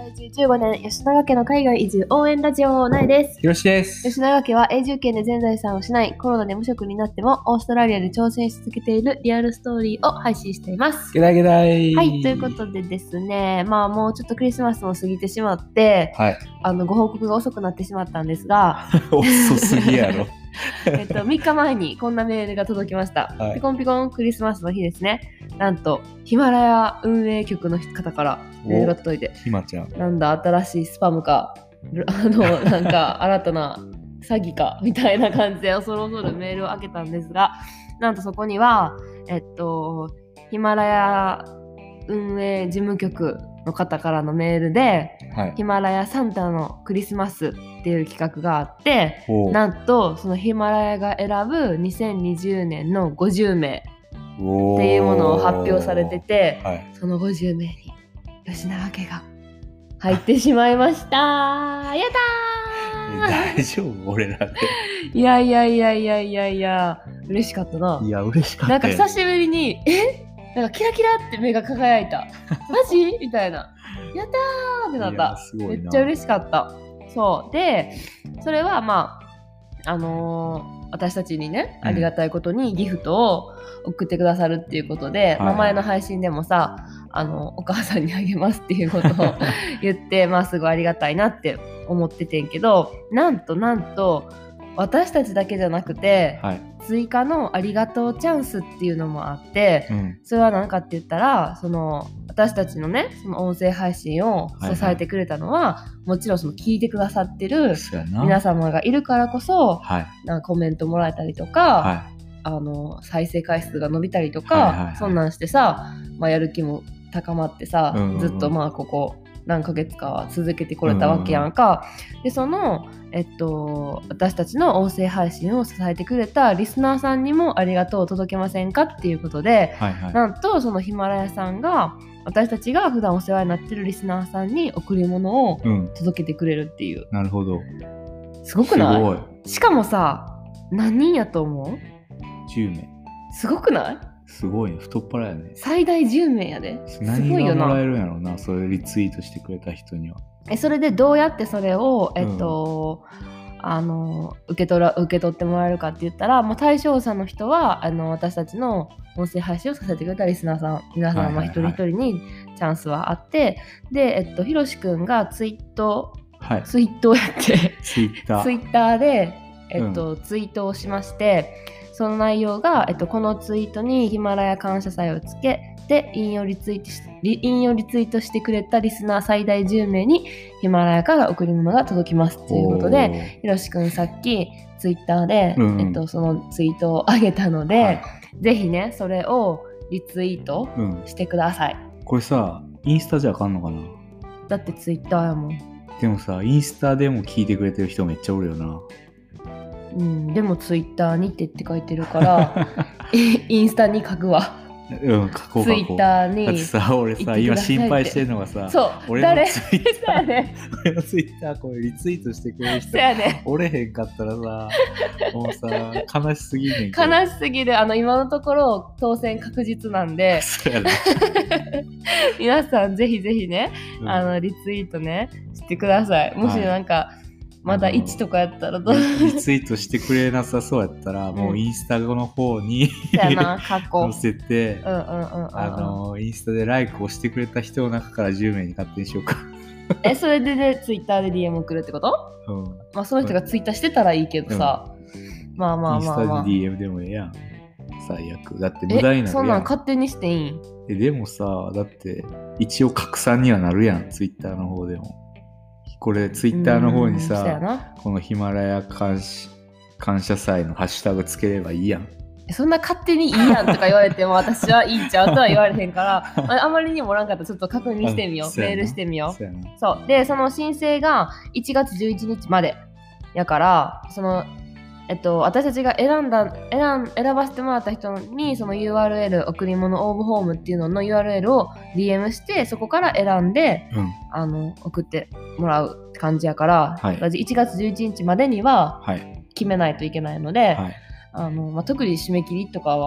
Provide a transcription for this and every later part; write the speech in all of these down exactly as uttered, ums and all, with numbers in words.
在住じゅうごねん、吉永家の海外移住応援ラジオ、なえです。 ひろしです。 吉永家は永住権で全財産を失い、コロナで無職になってもオーストラリアで挑戦し続けているリアルストーリーを配信しています。 ゲダゲダイ。 はい、ということでですね、まあもうちょっとクリスマスも過ぎてしまって、はい、あのご報告が遅くなってしまったんですが遅すぎやろえっとみっかまえにこんなメールが届きました、はい、ピコンピコンクリスマスの日ですね。なんとヒマラヤ運営局の方からメールが届いて、 ひまちゃんなんだ新しいスパムかあのなんか新たな詐欺かみたいな感じで恐る恐るメールを開けたんですが、なんとそこにはえっとヒマラヤ運営事務局の方からのメールで、はい、ヒマラヤサンタのクリスマスっていう企画があって、なんとそのヒマラヤが選ぶにせんにじゅうねんのごじゅうめいっていうものを発表されてて、はい、そのごじゅうめいに吉永家が入ってしまいましたやったー大丈夫俺らでいやいやいやいやいやいや嬉しかったな。 いや嬉しかった。 なんか久しぶりにえなんかキラキラって目が輝いたマジみたいなやったーってなった。めっちゃ嬉しかった。そうでそれはまああのー、私たちにね、ありがたいことにギフトを送ってくださるっていうことで、うん、まあ、前の配信でもさあのお母さんにあげますっていうことを言ってまあすごいありがたいなって思っててんけど、なんとなんと私たちだけじゃなくて、はい、追加のありがとうチャンスっていうのもあって、うん、それは何かって言ったらその私たちのねその音声配信を支えてくれたのは、はいはい、もちろんその聞いてくださってる皆様がいるからこそ、はい、なんかコメントもらえたりとか、はい、あの再生回数が伸びたりとか、はいはいはい、そんなんしてさ、まあ、やる気も高まってさ、うんうんうん、ずっとまあここ何ヶ月かは続けてこれたわけやんか、うんうん、でその、えっと、私たちの音声配信を支えてくれたリスナーさんにもありがとうを届けませんかっていうことで、はいはい、なんとそのヒマラヤさんが私たちが普段お世話になってるリスナーさんに贈り物を届けてくれるっていう、うん、 なるほど。 すごくない？すごい。しかもさ何人やと思う？ じゅうめい。 すごくない？すごいね。太っ腹やね。 最大じゅうめいやで。すごいよな。 何がもらえるんやろうな、それリツイートしてくれた人には。 えそれでどうやってそれを、えっと、うん、あの受け取ら受け取ってもらえるかって言ったら、もう対象者の人はあの私たちの音声配信をさせてくれたリスナーさん皆さん、まあ、一人一人にチャンスはあって、で、えっと、ひろしくんがツイート、はい、ツイートをやってツイッターツイッターで、えっとうん、ツイートをしまして、その内容が、えっと、このツイートにヒマラヤ感謝祭をつけて引用リツイートし、引用リツイートしてくれたリスナー最大じゅうめいにヒマラヤから贈り物が届きますということで、ひろしくんさっきツイッターで、うんえっと、そのツイートを上げたので、はい、ぜひねそれをリツイートしてください、 うん、これさインスタじゃあかんのかな？ だってツイッターやもん。 でもさインスタでも聞いてくれてる人めっちゃおるよな。 うん、でもツイッターにってって書いてるからインスタに書くわ。 うん書こう書こう。 ツイッターにだってさ俺さ今心配してるのがさ、 そう俺のツイッターね、俺のツイッターこれリツイートしてくれる人おれへんかったらさもうさ悲しすぎんねんけど。 悲しすぎる。あの今のところ当選確実なんでそうやね皆さんぜひぜひね、うん、あのリツイートねしてください。もしなんか、はいまだいちとかやったらどうリツイートしてくれなさそうやったら、うん、もうインスタの方に載せて、うんうんうんうん、あのインスタでライクをしてくれた人の中からじゅうめいに勝手にしようかえそれでねツイッターで ディーエム 送るってこと？うんまあその人がツイッターしてたらいいけどさ、うん、まあまあまあまあインスタで ディーエム でもええやん。最悪だって無駄になるやん。 そんなん勝手にしていいん？ えでもさだって一応拡散にはなるやんツイッターの方でも。これツイッターの方にさこのヒマラヤ感謝、感謝祭のハッシュタグつければいいやん。 そんな勝手にいいやんとか言われても私はいいんちゃうとは言われへんからあ, あまりにもおらんかったらちょっと確認してみようメールしてみよう。そうでその申請がいちがつじゅういちにちまでやからそのえっと、私たちが選んだ 選, 選ばせてもらった人にその ユーアールエル 贈り物応募フォームっていうのの ユーアールエル を ディーエム してそこから選んで、うん、あの送ってもらう感じやから、はい、いちがつじゅういちにちまでには決めないといけないので、はいあのまあ、特に締め切りとかは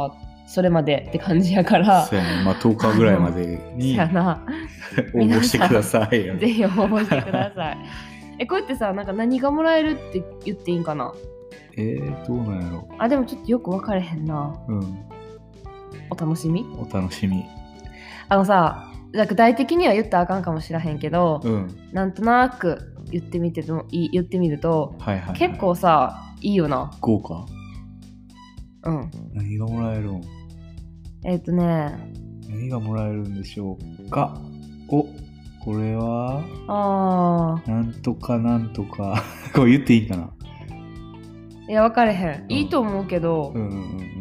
それまでって感じやからそうやね、まあとおかぐらいまでにそうやな応募してくださいぜひ応募してくださいえこうやってさなんか何がもらえるって言っていいんかな。 えー、どうなんやろ。 あでもちょっとよく分かれへんな。 うんお楽しみお楽しみ。 あのさ具体的には言ったらあかんかもしらへんけど、 うん、 なんとなく言ってみてもいい言ってみると、 はいはいはい、 結構さいいよな。 豪華。 うん何がもらえるん。 えっ、ー、とね何がもらえるんでしょうか。おこれはあなんとかなんとかこれ言っていいかな。 いや分かれへん、うん、いいと思うけど、 うんうんうん、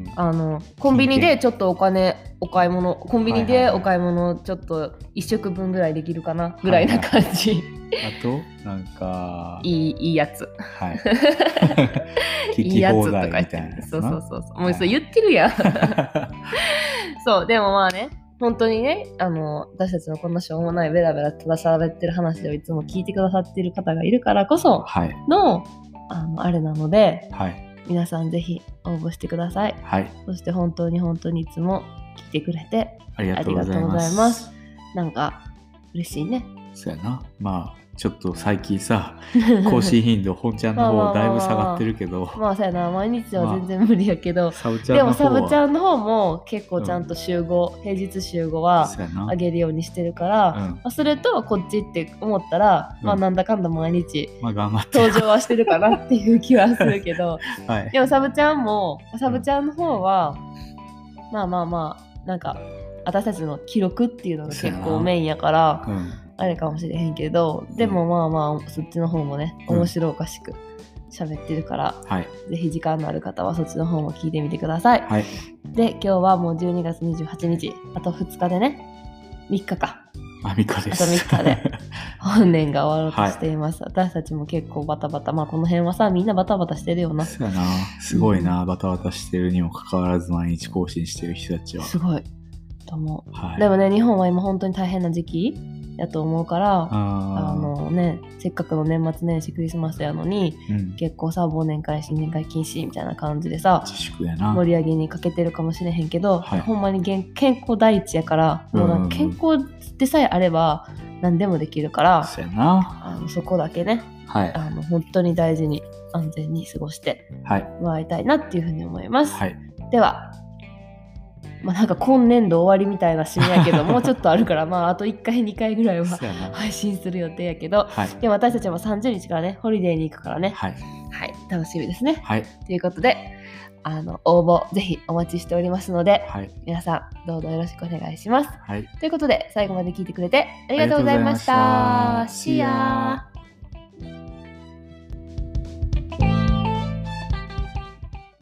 あのコンビニでちょっとお金お買い物コンビニでお買い物ちょっといっ食分ぐらいできるかなぐらいな感じ、はいはい、 あとなんかいいいいやつはい聞き放題みたいなやつな。 そうそうそうそう、もうそれ言ってるやんそうでもまあね本当にねあの私たちのこんなしょうもないベラベラただ喋ってる話をいつも聞いてくださっている方がいるからこその、はい、あのあれなので、はい、皆さんぜひ応募してください、はい、そして本当に本当にいつも聞いてくれてありがとうございます。ます。なんか嬉しいね。 そうやな。まあちょっと最近さ更新頻度本ちゃんの方だいぶ下がってるけどまあ、まあ、まあそうやな毎日は全然無理やけど、まあ、サブちゃんの方はでもサブちゃんの方も結構ちゃんと週ご、うん、平日週ごはあげるようにしてるから、うんまあ、それとこっちって思ったら、うん、まあなんだかんだ毎日登場はしてるかなっていう気はするけど、はい、でもサブちゃんもサブちゃんの方は、うん、まあまあまあなんか私たちの記録っていうのが結構メインやから、うん、あれかもしれへんけどでもまあまあそっちの方もね面白おかしく喋ってるから、うん、ぜひ時間のある方はそっちの方も聞いてみてください、はい、で今日はもうじゅうにがつにじゅうはちにちあとふつかでねみっかかあみっかですあとみっかで本年が終わろうとしています、はい、私たちも結構バタバタまあこの辺はさみんなバタバタしてるよな。 そうやなすごいな、うん、バタバタしてるにもかかわらず毎日更新してる人たちはすごいと思う、はい、でもね日本は今本当に大変な時期やと思うからあの、ね、せっかくの年末年始クリスマスやのに、うん、結構さ忘年会新年会禁止みたいな感じでさ自粛やな盛り上げにかけてるかもしれへんけど、はい、ほんまに健康第一やからもうなんか健康でさえあれば何でもできるから、 そうやなあのそこだけね、はい、あの本当に大事に安全に過ごしてもらいたいなっていうふうに思います、はい、ではまあ、なんか今年度終わりみたいな締めやけどもうちょっとあるからまああといっかいにかいぐらいは配信する予定やけど、はい、でも私たちもさんじゅうにちからねホリデーに行くからね、はい、はい、楽しみですね、はい、ということであの応募ぜひお待ちしておりますので、はい、皆さんどうぞよろしくお願いします、はい、ということで最後まで聞いてくれてありがとうございました。シアー